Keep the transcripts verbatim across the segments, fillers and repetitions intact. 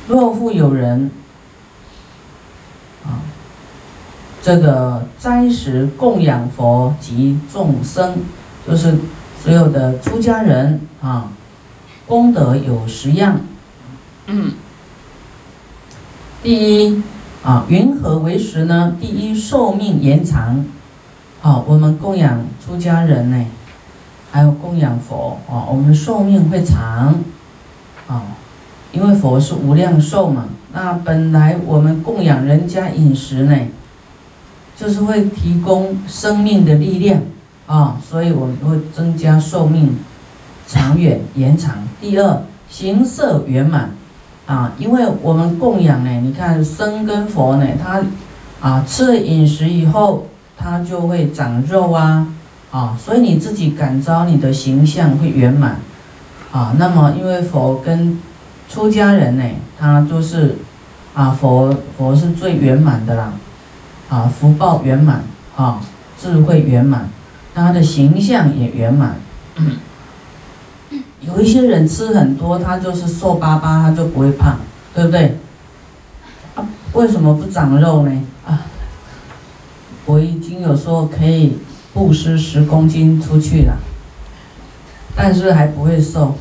若复有人啊，这个斋食供养佛及众生，就是所有的出家人啊，功德有十样。嗯，第一啊，云何为十呢？第一，寿命延长。好，我们供养出家人呢，还有供养佛啊，我们寿命会长啊，因为佛是无量寿嘛。那本来我们供养人家饮食呢，就是会提供生命的力量啊，所以我们会增加寿命长远延长。第二，形色圆满啊，因为我们供养呢，你看僧跟佛呢，他啊吃了饮食以后，他就会长肉啊啊，所以你自己感召你的形象会圆满啊。那么因为佛跟出家人呢，他都是啊佛佛是最圆满的啦，啊福报圆满啊，智慧圆满，他的形象也圆满。有一些人吃很多，他就是瘦巴巴，他就不会胖，对不对？啊，为什么不长肉呢？啊，我已经有说可以布施十公斤出去了，但是还不会瘦。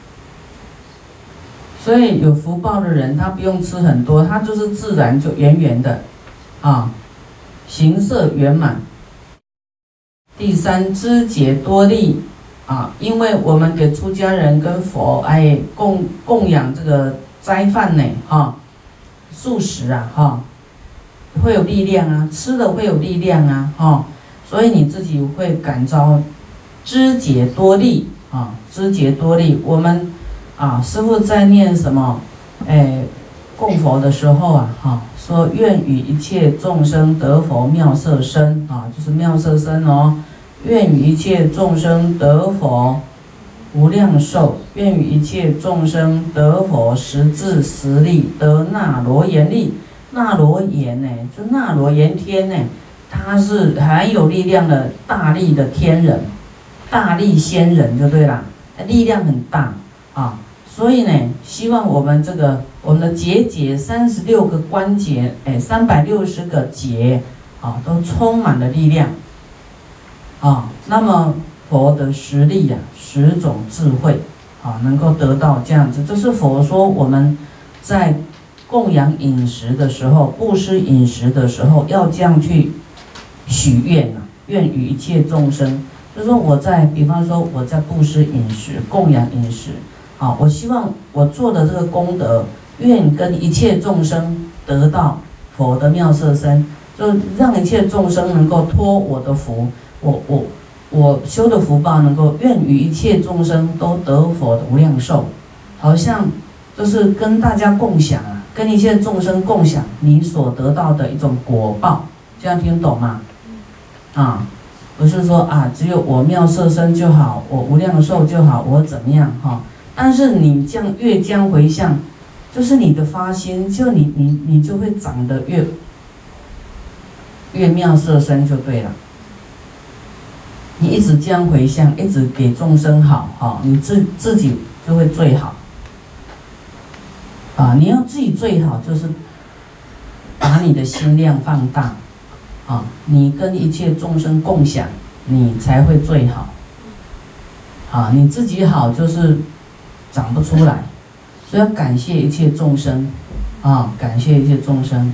所以有福报的人，他不用吃很多，他就是自然就圆圆的，啊，形色圆满。第三，知节多利。啊，因为我们给出家人跟佛哎供供养这个斋饭呢，哈、啊，素食啊，哈、啊，会有力量啊，吃了会有力量啊，哈、啊，所以你自己会感召知节多利啊，知节多利。我们啊，师父在念什么？哎，供佛的时候啊，哈、啊，说愿与一切众生得佛妙色身啊，就是妙色身哦。愿与一切众生得佛无量寿，愿与一切众生得佛实智实力，得那罗延力。那罗延呢，就那罗延天呢，他是很有力量的大力的天人，大力仙人就对了，力量很大啊。所以呢，希望我们这个我们的节节三十六个关节，哎，三百六十个节啊，都充满了力量。啊，那么佛的实力呀、啊，十种智慧啊，能够得到这样子，这是佛说我们在供养饮食的时候，布施饮食的时候，要这样去许愿呐、啊，愿与一切众生，就是说我在，比方说我在布施饮食、供养饮食，啊，我希望我做的这个功德，愿跟一切众生得到佛的妙色身，就让一切众生能够托我的福。我我我修的福报能够愿与一切众生都得佛的无量寿，好像就是跟大家共享啊，跟一切众生共享你所得到的一种果报，这样听懂吗？啊，不是说啊只有我妙色身就好，我无量寿就好，我怎么样哈？但是你这样越将回向，就是你的发心，就你你你就会长得越越妙色身就对了。你一直这样回向，一直给众生好，哈，你自自己就会最好。啊，你要自己最好，就是把你的心量放大，啊，你跟一切众生共享，你才会最好。啊，你自己好就是长不出来，所以要感谢一切众生，啊，感谢一切众生。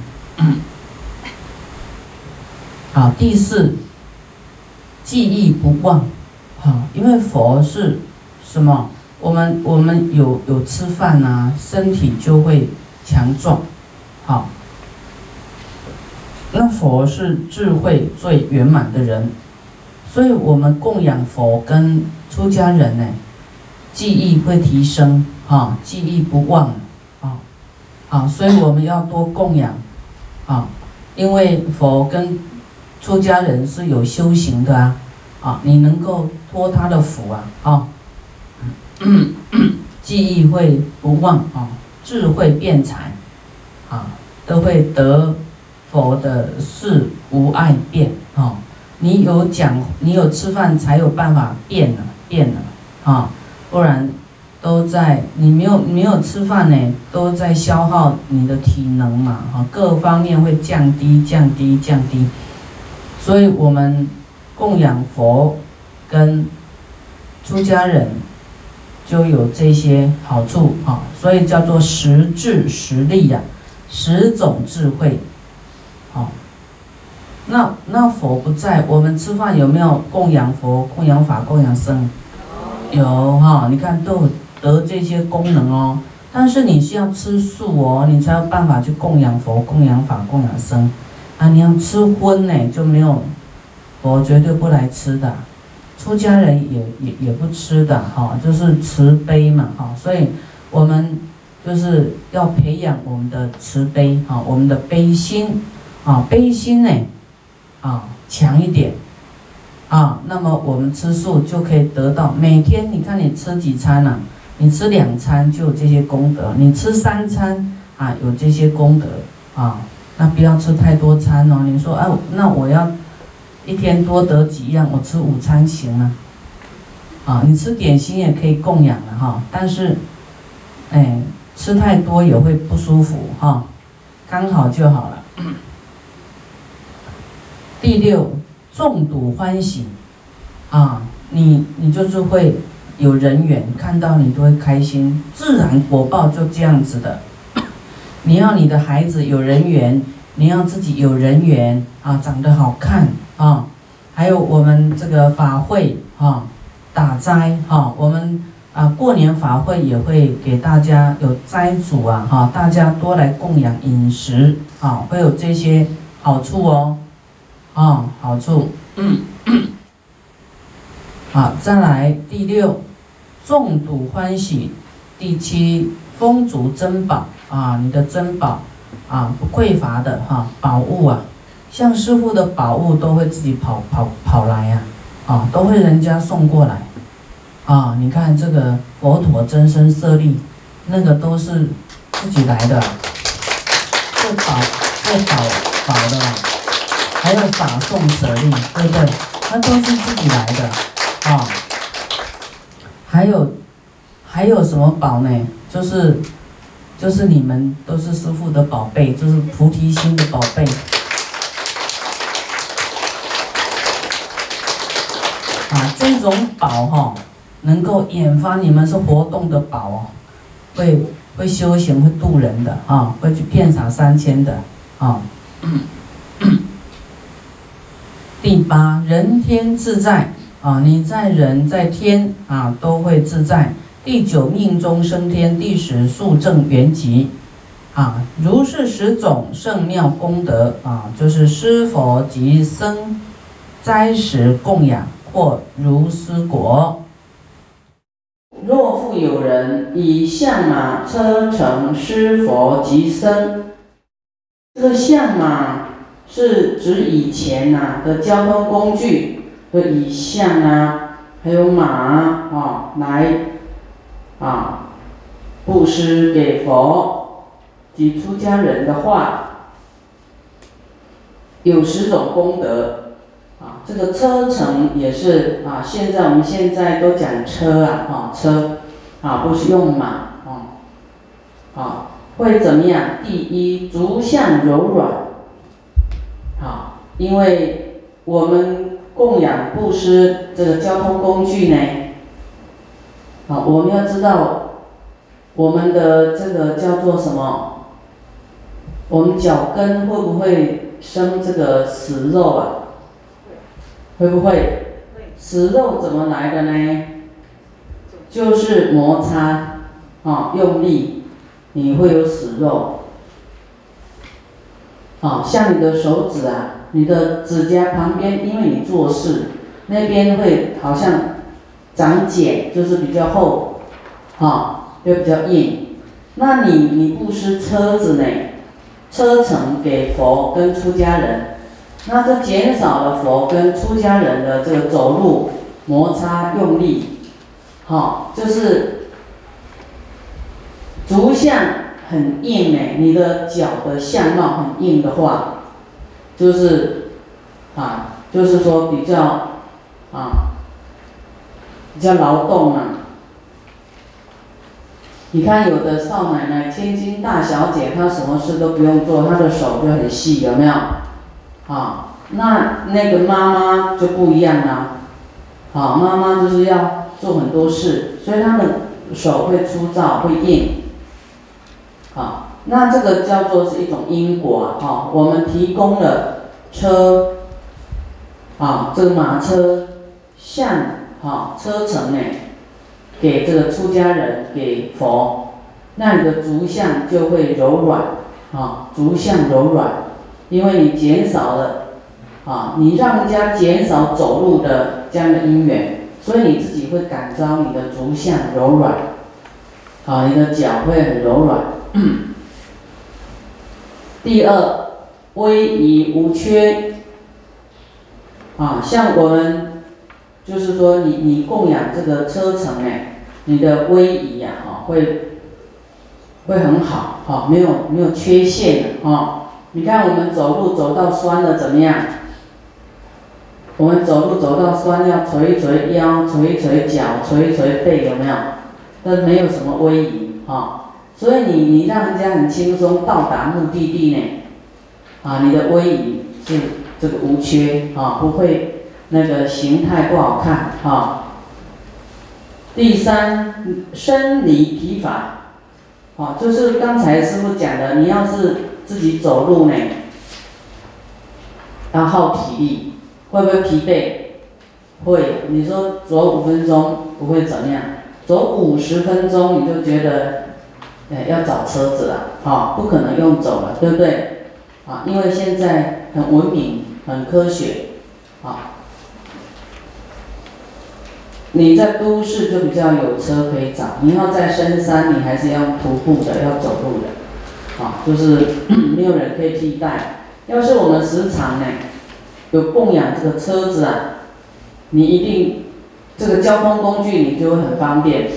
好，第四。记忆不忘，好，因为佛是什么？我们我们有有吃饭啊，身体就会强壮，好。那佛是智慧最圆满的人，所以我们供养佛跟出家人呢，记忆会提升，啊，记忆不忘，啊，啊，所以我们要多供养，啊，因为佛跟出家人是有修行的啊，啊，你能够托他的福啊，啊，嗯嗯、记忆会不忘啊，智慧辩才，啊，都会得佛的事无碍辩啊。你有讲，你有吃饭才有办法辩了，辩了啊，不然都在你没有没有吃饭呢，都在消耗你的体能嘛，哈，各方面会降低降低降低，所以我们供养佛跟出家人就有这些好处啊，所以叫做十智十力呀，十种智慧，好。那那佛不在，我们吃饭有没有供养佛、供养法、供养僧？有哈，你看都有得这些功能哦。但是你是要吃素哦，你才有办法去供养佛、供养法、供养僧。啊，你要吃荤呢，就没有，佛绝对不来吃的。出家人也也也不吃的哈，就是慈悲嘛哈，所以我们就是要培养我们的慈悲哈，我们的悲心啊，悲心呢。啊，强一点，啊，那么我们吃素就可以得到每天，你看你吃几餐啊？你吃两餐就有这些功德，你吃三餐啊有这些功德啊，那不要吃太多餐哦。你说啊，那我要一天多得几样，我吃午餐行吗？啊，你吃点心也可以供养了哈，但是，哎，吃太多也会不舒服哈，刚好就好了。第六，众睹欢喜，啊，你你就是会有人缘，看到你都会开心，自然果报就这样子的。你要你的孩子有人缘，你要自己有人缘啊，长得好看啊，还有我们这个法会啊，打斋哈，我们啊过年法会也会给大家有斋主啊哈，大家多来供养饮食啊，会有这些好处哦。啊，好处，嗯，好，再来第六，众睹欢喜，第七，丰足珍宝啊，你的珍宝啊不匮乏的哈，宝物啊，像师父的宝物都会自己跑跑跑来呀，啊，都会人家送过来，啊，你看这个佛陀真身舍利，那个都是自己来的，这宝这宝宝的啦。还有法送舍利，对不对？那都是自己来的，啊、哦。还有还有什么宝呢？就是就是你们都是师父的宝贝，就是菩提心的宝贝。啊，这种宝哈、哦，能够引发你们是活动的宝哦，会会修行、会度人的啊，会去遍洒三千的啊。第八，人天自在啊，你在人在天啊都会自在。第九，命中升天。第十，速证圆寂啊，如是十种圣妙功德啊，就是施佛及僧斋食供养或如斯果。若复有人以象马、车乘施佛及僧，这个象马是指以前呐、啊、的交通工具的以象啊，还有马啊来啊布施给佛及出家人的话，有十种功德啊。这个车乘也是啊，现在我们现在都讲车啊，啊车啊不是用马啊啊会怎么样？第一，足相柔软。好，因为我们供养布施这个交通工具呢，好，我们要知道我们的这个叫做什么？我们脚跟会不会生这个死肉啊？会不会？死肉怎么来的呢？就是摩擦，啊，用力，你会有死肉。啊，像你的手指啊，你的指甲旁边，因为你做事，那边会好像长茧，就是比较厚，啊，又比较硬。那你你布施车子呢，车程给佛跟出家人，那这减少了佛跟出家人的这个走路摩擦用力，好，就是足相很硬哎，你的脚的相貌很硬的话，就是啊，就是说比较啊，比较劳动啊， 你看有的少奶奶、千金大小姐，她什么事都不用做，她的手就很细，有没有？啊，那那个妈妈就不一样啦。啊，妈妈就是要做很多事，所以她的手会粗糙、会硬。啊，那这个叫做是一种因果啊。哈，我们提供了车，啊，这个马车、象，哈，车程呢，给这个出家人，给佛，那你的足相就会柔软，啊，足相柔软，因为你减少了，啊，你让人家减少走路的这样的因缘，所以你自己会感召你的足相柔软，啊，你的脚会很柔软。第二，威仪无缺，啊，像我们就是说你你供养这个车程呢，你的威仪呀，啊，会会很好，啊，没有没有缺陷的，啊，你看我们走路走到酸了怎么样？我们走路走到酸要捶一捶腰，捶一捶脚，捶一捶背，有没有？但没有什么威仪，啊。所以你你让人家很轻松到达目的地呢，啊，你的威仪是这个无缺，啊，不会那个形态不好看，啊。第三，身离疲乏，啊，就是刚才师父讲的，你要是自己走路呢，要耗体力，会不会疲惫？会。你说走五分钟不会怎么样，走五十分钟你就觉得。哎，要找车子了，啊，不可能用走了，对不对？啊，因为现在很文明，很科学，啊，你在都市就比较有车可以找，你要在深山，你还是要徒步的，要走路的，啊，就是没有人可以替代。要是我们时常呢有供养这个车子啊，你一定这个交通工具你就会很方便。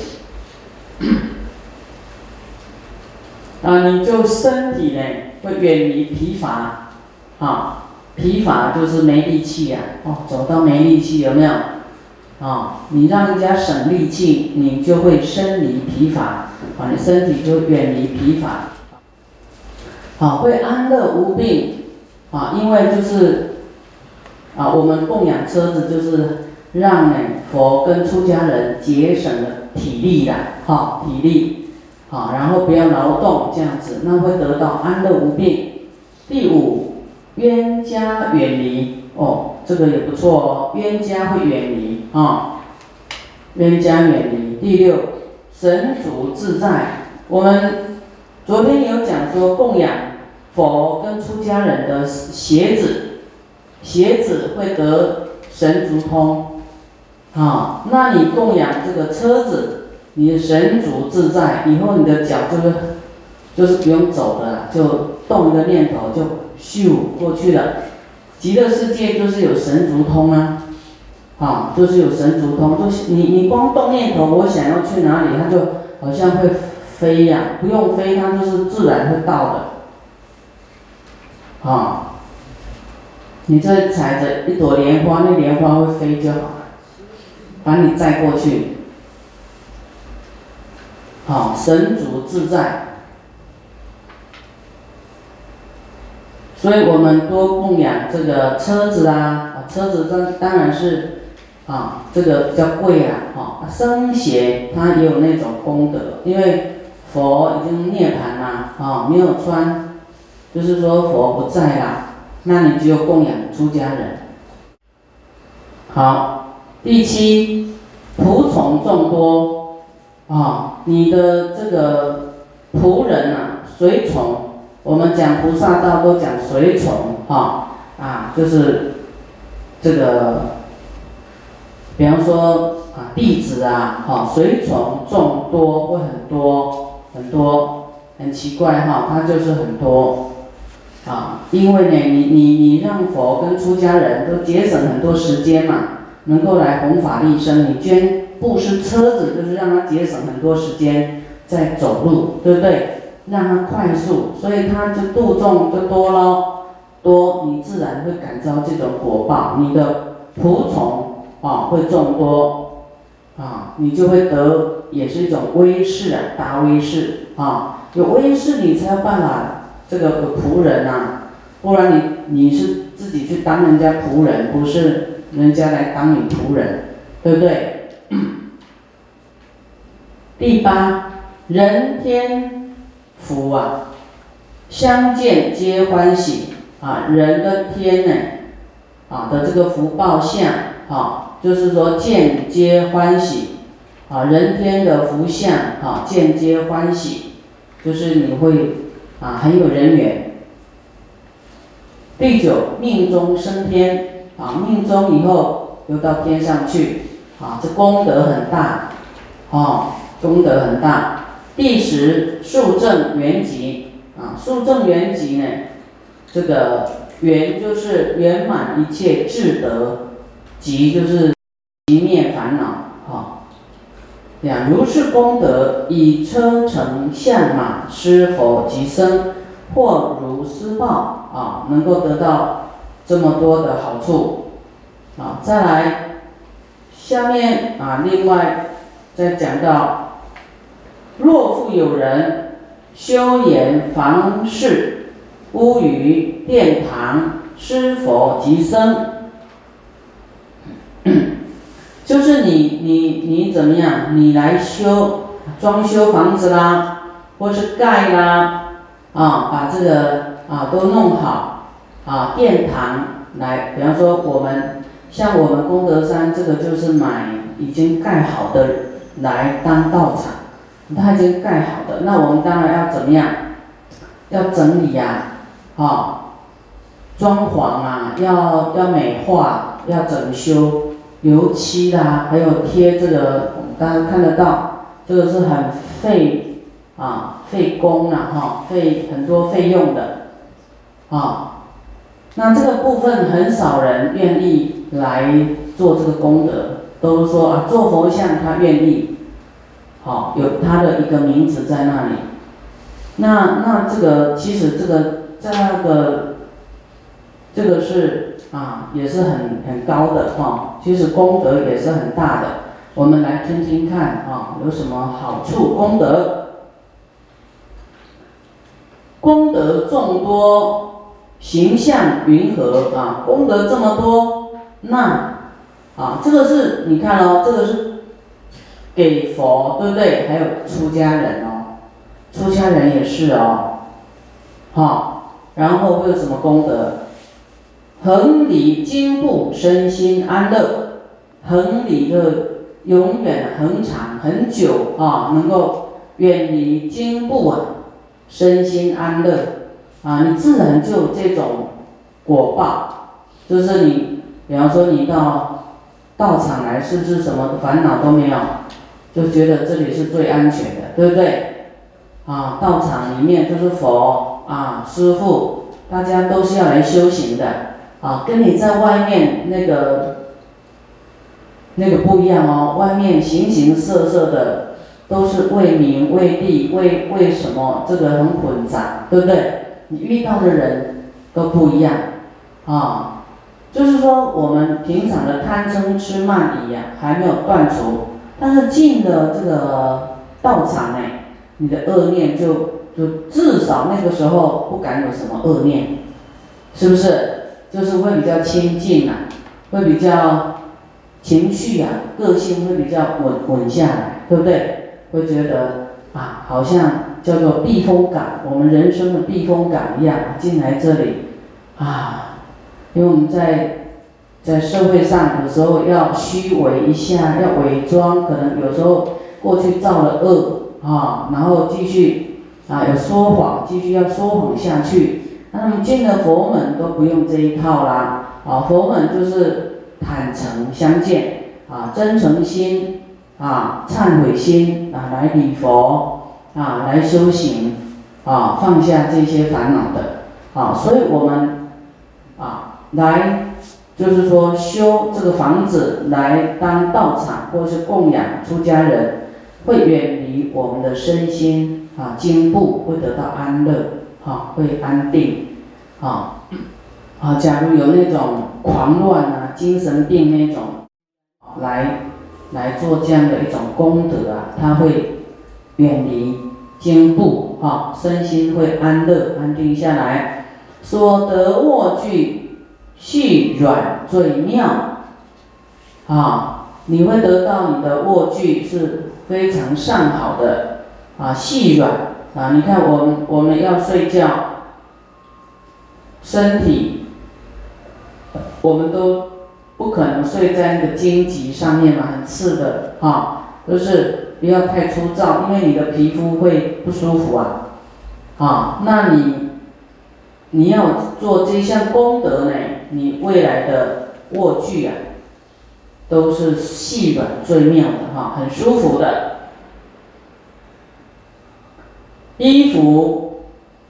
啊，你就身体呢会远离疲乏，啊，疲乏就是没力气呀、啊，哦，走到没力气有没有？啊，你让人家省力气，你就会身离疲乏，啊，你身体就远离疲乏，啊，会安乐无病，啊，因为就是啊，我们供养车子就是让呢佛跟出家人节省了体力的，哈、啊，体力。好，然后不要劳动这样子，那会得到安乐无病。第五，冤家远离，哦，这个也不错哦，冤家会远离啊、哦，冤家远离。第六，神足自在。我们昨天有讲说供养佛跟出家人的鞋子，鞋子会得神足通，啊、哦，那你供养这个车子。你的神足自在，以后你的脚就是就是不用走的啦，就动一个念头就咻过去了。极乐世界就是有神足通啊，啊，就是有神足通，就是你你光动念头，我想要去哪里，它就好像会飞呀、啊，不用飞，它就是自然会到的。啊，你这踩着一朵莲花，那莲花会飞就好了，把你载过去。好，神足自在，所以我们多供养这个车子啊，车子当当然是啊，这个比较贵啦，哈、啊，僧鞋它也有那种功德，因为佛已经涅槃啦，啊，没有穿，就是说佛不在啦，那你只有供养出家人。好，第七，仆从众多。啊，你的这个仆人啊，随从，我们讲菩萨道都讲随从，哈，啊，就是这个，比方说啊，弟子啊，哈，随从众多会很多很多，很奇怪哈，它就是很多，啊，因为呢，你你你让佛跟出家人都节省很多时间嘛，能够来弘法利生，你捐。布施车子就是让他节省很多时间在走路，对不对？让他快速，所以他就度众就多咯，多你自然会感召这种果报，你的仆从啊会众多啊，你就会得也是一种威势啊，大威势啊，有威势你才有办法这个仆人啊，不然你你是自己去当人家仆人，不是人家来当你仆人，对不对？第八，人天福啊，相见皆欢喜啊，人跟天呢啊的这个福报相啊，就是说见皆欢喜啊，人天的福相啊，见皆欢喜，就是你会啊很有人缘。第九，命中升天啊，命中以后又到天上去啊，这功德很大啊。功德很大。第十，速证圆寂啊，速证圆寂呢，这个圆就是圆满一切智德，寂就是寂灭烦恼啊。这样如是功德，以车乘象马施佛及僧，或如施报啊，能够得到这么多的好处啊。再来，下面啊，另外再讲到。若复有人修言房事、屋宇、殿堂、施佛及僧，就是你你你怎么样？你来修装修房子啦，或是盖啦，啊，把这个啊都弄好啊，殿堂来，比方说我们像我们功德山这个就是买已经盖好的来当道场。它已经盖好的，那我们当然要怎么样？要整理呀、啊，啊，装潢啊，要要美化，要整修，油漆啦，还有贴这个，我们大家看得到，这个是很费啊费工啦哈，费很多费用的，啊，那这个部分很少人愿意来做这个功德，都说啊做佛像他愿意。好，有它的一个名字在那里。那那这个其实这个在那个这个是啊，也是很很高的哈、哦。其实功德也是很大的。我们来听听看啊，有什么好处？功德，功德众多，形象云和啊，功德这么多，那啊，这个是你看哦，这个是。给佛对不对？还有出家人哦，出家人也是哦，好、哦，然后会有什么功德？恒理经部，身心安乐，恒理的永远恒长很久啊，能够远离经部啊，身心安乐啊，你自然就有这种果报，就是你，比方说你到道场来，是不是什么烦恼都没有？就觉得这里是最安全的，对不对？啊，道场里面就是佛啊，师父，大家都是要来修行的啊，跟你在外面那个那个不一样哦，外面形形色色的都是为名为利为为什么，这个很混杂，对不对？你遇到的人都不一样啊，就是说我们平常的贪嗔痴慢疑啊还没有断除。但是进了这个道场呢，你的恶念就就至少那个时候不敢有什么恶念，是不是？就是会比较清净啊，会比较情绪啊，个性会比较稳稳下来，对不对？会觉得啊，好像叫做避风港，我们人生的避风港一样，进来这里啊，因为我们在。在社会上有时候要虚伪一下，要伪装，可能有时候过去造了恶啊，然后继续啊有说谎，继续要说谎下去。那么进了佛门都不用这一套啦，啊，佛门就是坦诚相见啊，真诚心啊，忏悔心啊，来礼佛啊，来修行啊，放下这些烦恼的啊，所以我们啊来。就是说修这个房子来当道场，或是供养出家人，会远离我们的身心啊，经部会得到安乐啊，会安定啊啊。假如有那种狂乱啊、精神病那种来来做这样的一种功德啊，他会远离惊怖啊，身心会安乐安定下来。所得卧具细软最妙啊，你会得到你的卧具是非常上好的啊，细软啊。你看我们我们要睡觉，身体我们都不可能睡在那个荆棘上面嘛，很刺的啊，就是不要太粗糙，因为你的皮肤会不舒服啊。啊，那你你要做这项功德呢，你未来的卧具啊，都是细软最妙的哈，很舒服的。衣服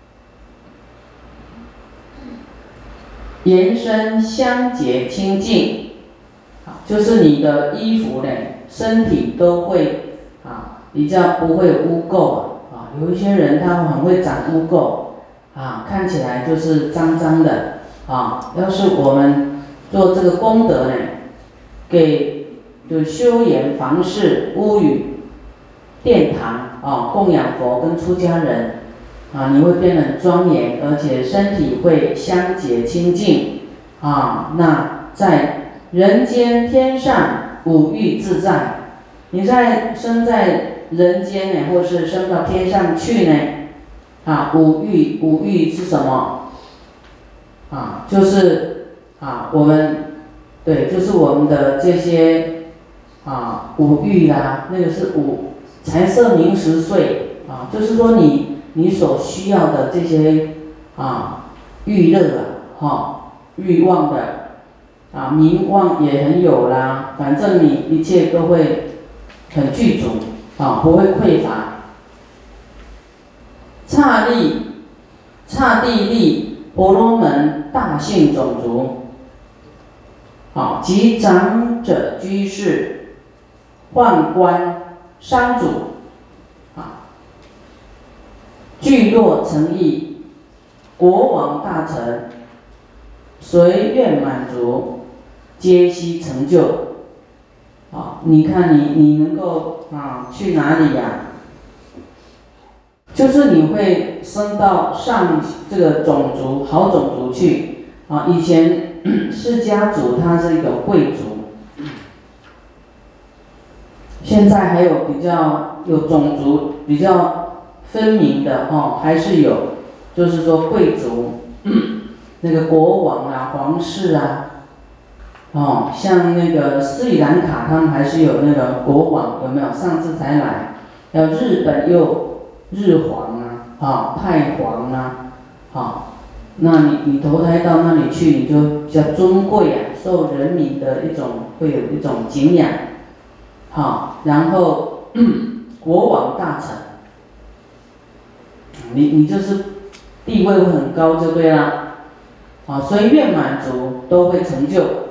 延伸香洁清净，就是你的衣服呢，身体都会啊比较不会有污垢啊。啊，有一些人他很会长污垢啊，看起来就是脏脏的啊。要是我们做这个功德呢，给就修严房事屋宇殿堂啊，供养佛跟出家人啊，你会变得很庄严，而且身体会香洁清净啊。那在人间天上五欲自在，你在生在人间呢，或是升到天上去呢，啊，五欲五欲是什么？啊，就是啊，我们对，就是我们的这些啊五欲啦，那个是五财色名食睡啊，就是说你你所需要的这些啊欲乐啊，哈欲望的啊，名望也很有啦，反正你一切都会很具足啊，不会匮乏。刹利、刹帝利婆罗门大姓种族，好，及长者居士、宦官、商主，啊，聚落诚意，国王大臣，随愿满足，皆悉成就。啊，你看你你能够啊去哪里呀、啊？就是你会升到上这个种族好种族去啊。以前释迦族他是一个贵族，现在还有比较有种族比较分明的哦，还是有，就是说贵族，那个国王啊、皇室啊。哦，像那个斯里兰卡，他们还是有那个国王，有没有？上次才来。有日本又日皇啊，啊、哦，太皇啊，好、哦，那你你投胎到那里去，你就比较尊贵啊，受人民的一种会有一种敬仰，好、哦，然后国王大臣，你你就是地位会很高就对啦，好、哦，所以愿满足都会成就。